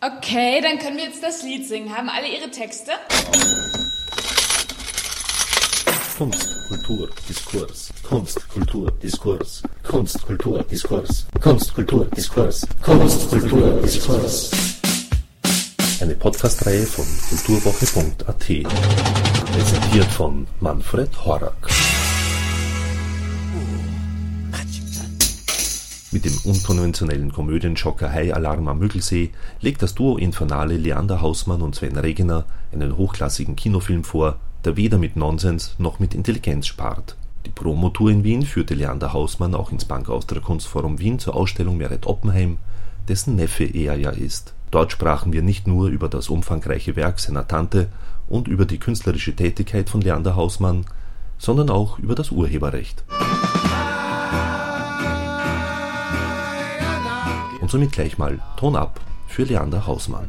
Okay, dann können wir jetzt das Lied singen. Haben alle ihre Texte? Kunst, Kultur, Diskurs. Kunst, Kultur, Diskurs. Kunst, Kultur, Diskurs. Kunst, Kultur, Diskurs. Kunst, Kultur, Diskurs. Eine Podcast-Reihe von kulturwoche.at. Präsentiert von Manfred Horak. Mit dem unkonventionellen Komödienschocker High Alarm am Müggelsee legt das Duo Infernale Leander Hausmann und Sven Reginer einen hochklassigen Kinofilm vor, der weder mit Nonsens noch mit Intelligenz spart. Die Promotour in Wien führte Leander Hausmann auch ins Bank Austria Kunstforum Wien zur Ausstellung Meret Oppenheim, dessen Neffe er ja ist. Dort sprachen wir nicht nur über das umfangreiche Werk seiner Tante und über die künstlerische Tätigkeit von Leander Hausmann, sondern auch über das Urheberrecht. Und somit gleich mal Ton ab für Leander Hausmann.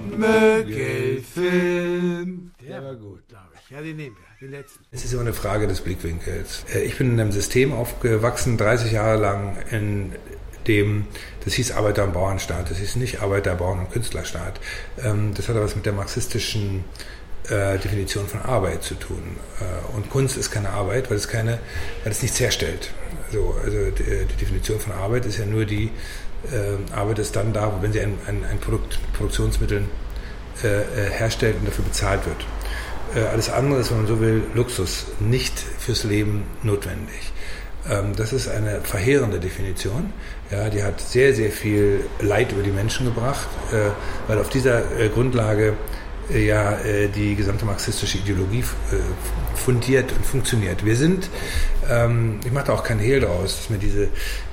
Mögelfilm. Der war gut, glaube ich. Ja, den nehmen wir, den letzten. Es ist immer eine Frage des Blickwinkels. Ich bin in einem System aufgewachsen, 30 Jahre lang, in dem, das hieß Arbeiter- und Bauernstaat, das hieß nicht Arbeiter-, Bauern- und Künstlerstaat. Das hat aber was mit der marxistischen Definition von Arbeit zu tun. Und Kunst ist keine Arbeit, weil es nichts herstellt. Also die Definition von Arbeit ist ja nur die, Arbeit ist dann da, wenn sie ein Produkt mit Produktionsmitteln herstellt und dafür bezahlt wird. Alles andere ist, wenn man so will, Luxus, nicht fürs Leben notwendig. Das ist eine verheerende Definition. Ja, die hat sehr, sehr viel Leid über die Menschen gebracht, weil auf dieser Grundlage die gesamte marxistische Ideologie fundiert und funktioniert. Wir sind, ich mache da auch keinen Hehl draus, dass mir diese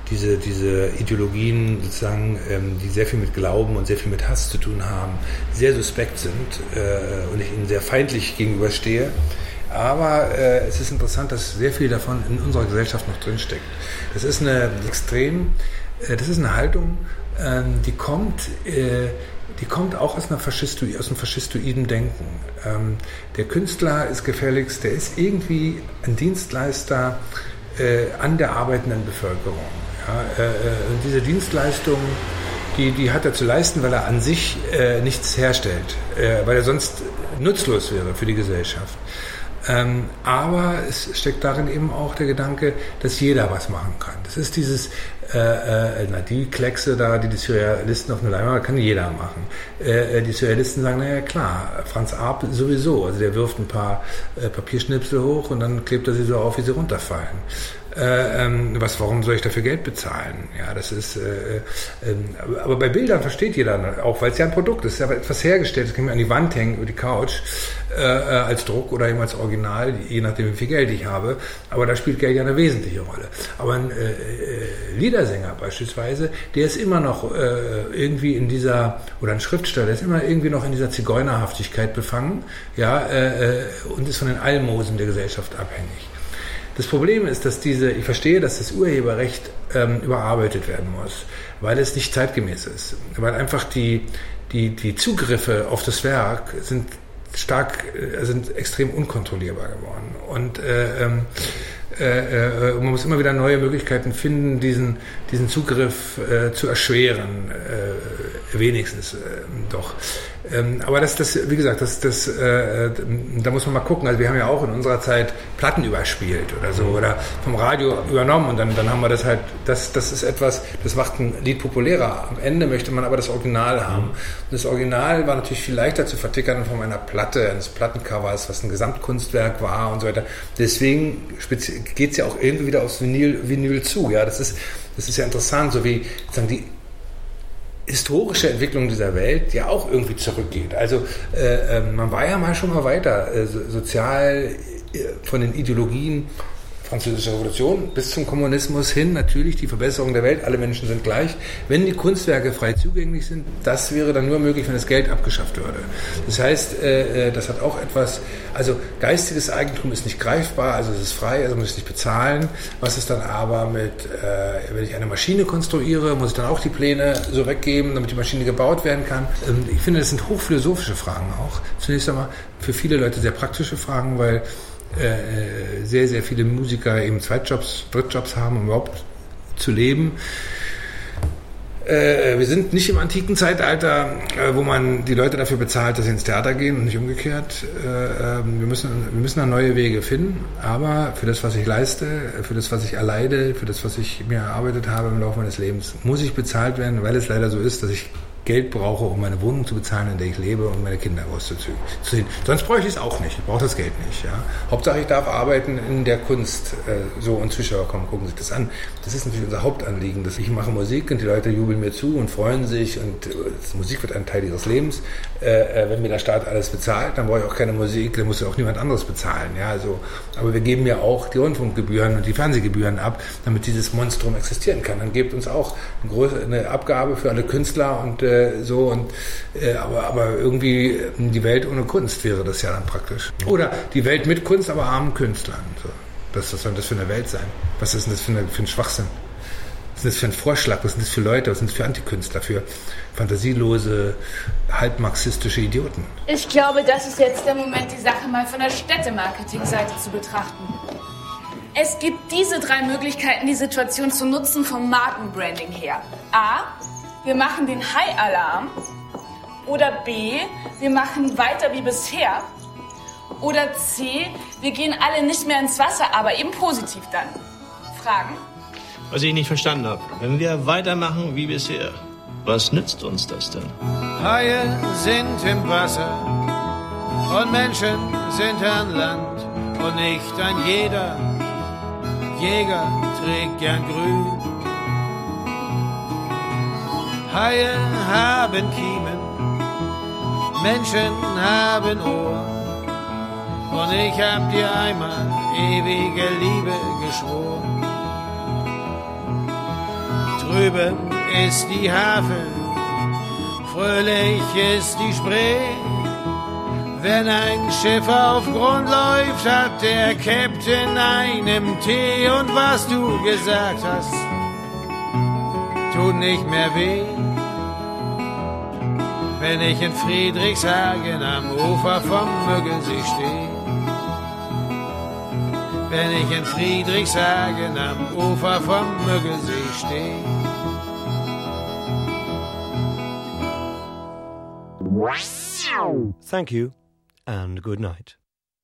Ideologien sozusagen, die sehr viel mit Glauben und sehr viel mit Hass zu tun haben, sehr suspekt sind und ich ihnen sehr feindlich gegenüberstehe. Aber es ist interessant, dass sehr viel davon in unserer Gesellschaft noch drinsteckt. Das ist eine Haltung, die kommt auch aus dem faschistoiden Denken. Der Künstler ist gefälligst, der ist irgendwie ein Dienstleister an der arbeitenden Bevölkerung. Ja, diese Dienstleistung, die hat er zu leisten, weil er an sich nichts herstellt, weil er sonst nutzlos wäre für die Gesellschaft. Aber es steckt darin eben auch der Gedanke, dass jeder was machen kann. Das ist dieses, die Kleckse da, die Surrealisten auf eine Leinwand, kann jeder machen. Die Surrealisten sagen, naja klar, Franz Arp sowieso, also der wirft ein paar Papierschnipsel hoch und dann klebt er sie so auf, wie sie runterfallen. Warum soll ich dafür Geld bezahlen? Ja, das ist, aber bei Bildern versteht jeder auch, weil es ja ein Produkt ist, ja etwas hergestellt, das kann ich mir an die Wand hängen, über die Couch, als Druck oder eben als Original, je nachdem wie viel Geld ich habe, aber da spielt Geld ja eine wesentliche Rolle. Aber ein Liedersänger beispielsweise, der ist immer noch irgendwie in dieser, oder ein Schriftsteller, der ist immer irgendwie noch in dieser Zigeunerhaftigkeit befangen, ja, und ist von den Almosen der Gesellschaft abhängig. Das Problem ist, dass ich verstehe, dass das Urheberrecht überarbeitet werden muss, weil es nicht zeitgemäß ist. Weil einfach die Zugriffe auf das Werk sind extrem unkontrollierbar geworden. Und man muss immer wieder neue Möglichkeiten finden, diesen Zugriff zu erschweren, wenigstens doch. Aber wie gesagt, da muss man mal gucken. Also wir haben ja auch in unserer Zeit Platten überspielt oder so oder vom Radio übernommen und dann haben wir das halt, das ist etwas, das macht ein Lied populärer. Am Ende möchte man aber das Original haben. Und das Original war natürlich viel leichter zu vertickern von einer Platte, eines Plattencovers, was ein Gesamtkunstwerk war und so weiter. Deswegen geht es ja auch irgendwie wieder aufs Vinyl zu. Ja, das ist ja interessant, so wie sozusagen die historische Entwicklung dieser Welt ja auch irgendwie zurückgeht. Also man war ja schon mal weiter, sozial von den Ideologien Französische Revolution bis zum Kommunismus hin, natürlich die Verbesserung der Welt, alle Menschen sind gleich. Wenn die Kunstwerke frei zugänglich sind, das wäre dann nur möglich, wenn das Geld abgeschafft würde. Das heißt, das hat auch etwas, also geistiges Eigentum ist nicht greifbar, also es ist frei, also muss ich nicht bezahlen. Was ist dann aber wenn ich eine Maschine konstruiere, muss ich dann auch die Pläne so weggeben, damit die Maschine gebaut werden kann. Ich finde, das sind hochphilosophische Fragen auch. Zunächst einmal für viele Leute sehr praktische Fragen, weil sehr, sehr viele Musiker eben Zweitjobs, Drittjobs haben, um überhaupt zu leben. Wir sind nicht im antiken Zeitalter, wo man die Leute dafür bezahlt, dass sie ins Theater gehen und nicht umgekehrt. Wir müssen da neue Wege finden, aber für das, was ich leiste, für das, was ich erleide, für das, was ich mir erarbeitet habe im Laufe meines Lebens, muss ich bezahlt werden, weil es leider so ist, dass ich Geld brauche, um meine Wohnung zu bezahlen, in der ich lebe und meine Kinder auszuziehen. Sonst bräuchte ich es auch nicht. Ich brauche das Geld nicht. Ja. Hauptsache, ich darf arbeiten in der Kunst. Und Zuschauer kommen, gucken sich das an. Das ist natürlich unser Hauptanliegen. Ich mache Musik und die Leute jubeln mir zu und freuen sich und Musik wird ein Teil ihres Lebens. Wenn mir der Staat alles bezahlt, dann brauche ich auch keine Musik, dann muss ja auch niemand anderes bezahlen. Ja, also, aber wir geben ja auch die Rundfunkgebühren und die Fernsehgebühren ab, damit dieses Monstrum existieren kann. Dann gebt uns auch eine Abgabe für alle Künstler und aber irgendwie die Welt ohne Kunst wäre das ja dann praktisch. Oder die Welt mit Kunst, aber armen Künstlern. So. Was soll das für eine Welt sein? Was ist denn das für ein Schwachsinn? Was ist das für ein Vorschlag? Was sind das für Leute? Was sind das für Antikünstler? Für fantasielose, halbmarxistische Idioten? Ich glaube, das ist jetzt der Moment, die Sache mal von der Städtemarketing-Seite zu betrachten. Es gibt diese 3 Möglichkeiten, die Situation zu nutzen vom Markenbranding her. A. Wir machen den High-Alarm. Oder B. Wir machen weiter wie bisher. Oder C. Wir gehen alle nicht mehr ins Wasser, aber eben positiv dann. Fragen? Was ich nicht verstanden habe. Wenn wir weitermachen wie bisher, was nützt uns das denn? Haie sind im Wasser und Menschen sind an Land. Und nicht ein jeder Jäger trägt gern grün. Haie haben Kiemen, Menschen haben Ohren. Und ich hab dir einmal ewige Liebe geschworen. Drüben ist die Havel, fröhlich ist die Spree. Wenn ein Schiff auf Grund läuft, hat der Captain einem Tee. Und was du gesagt hast, tut nicht mehr weh. Wenn ich in Friedrichshagen am Ufer vom Müggelsee stehe. Wenn ich in Friedrichshagen am Ufer vom Müggelsee stehe. Thank you and good night.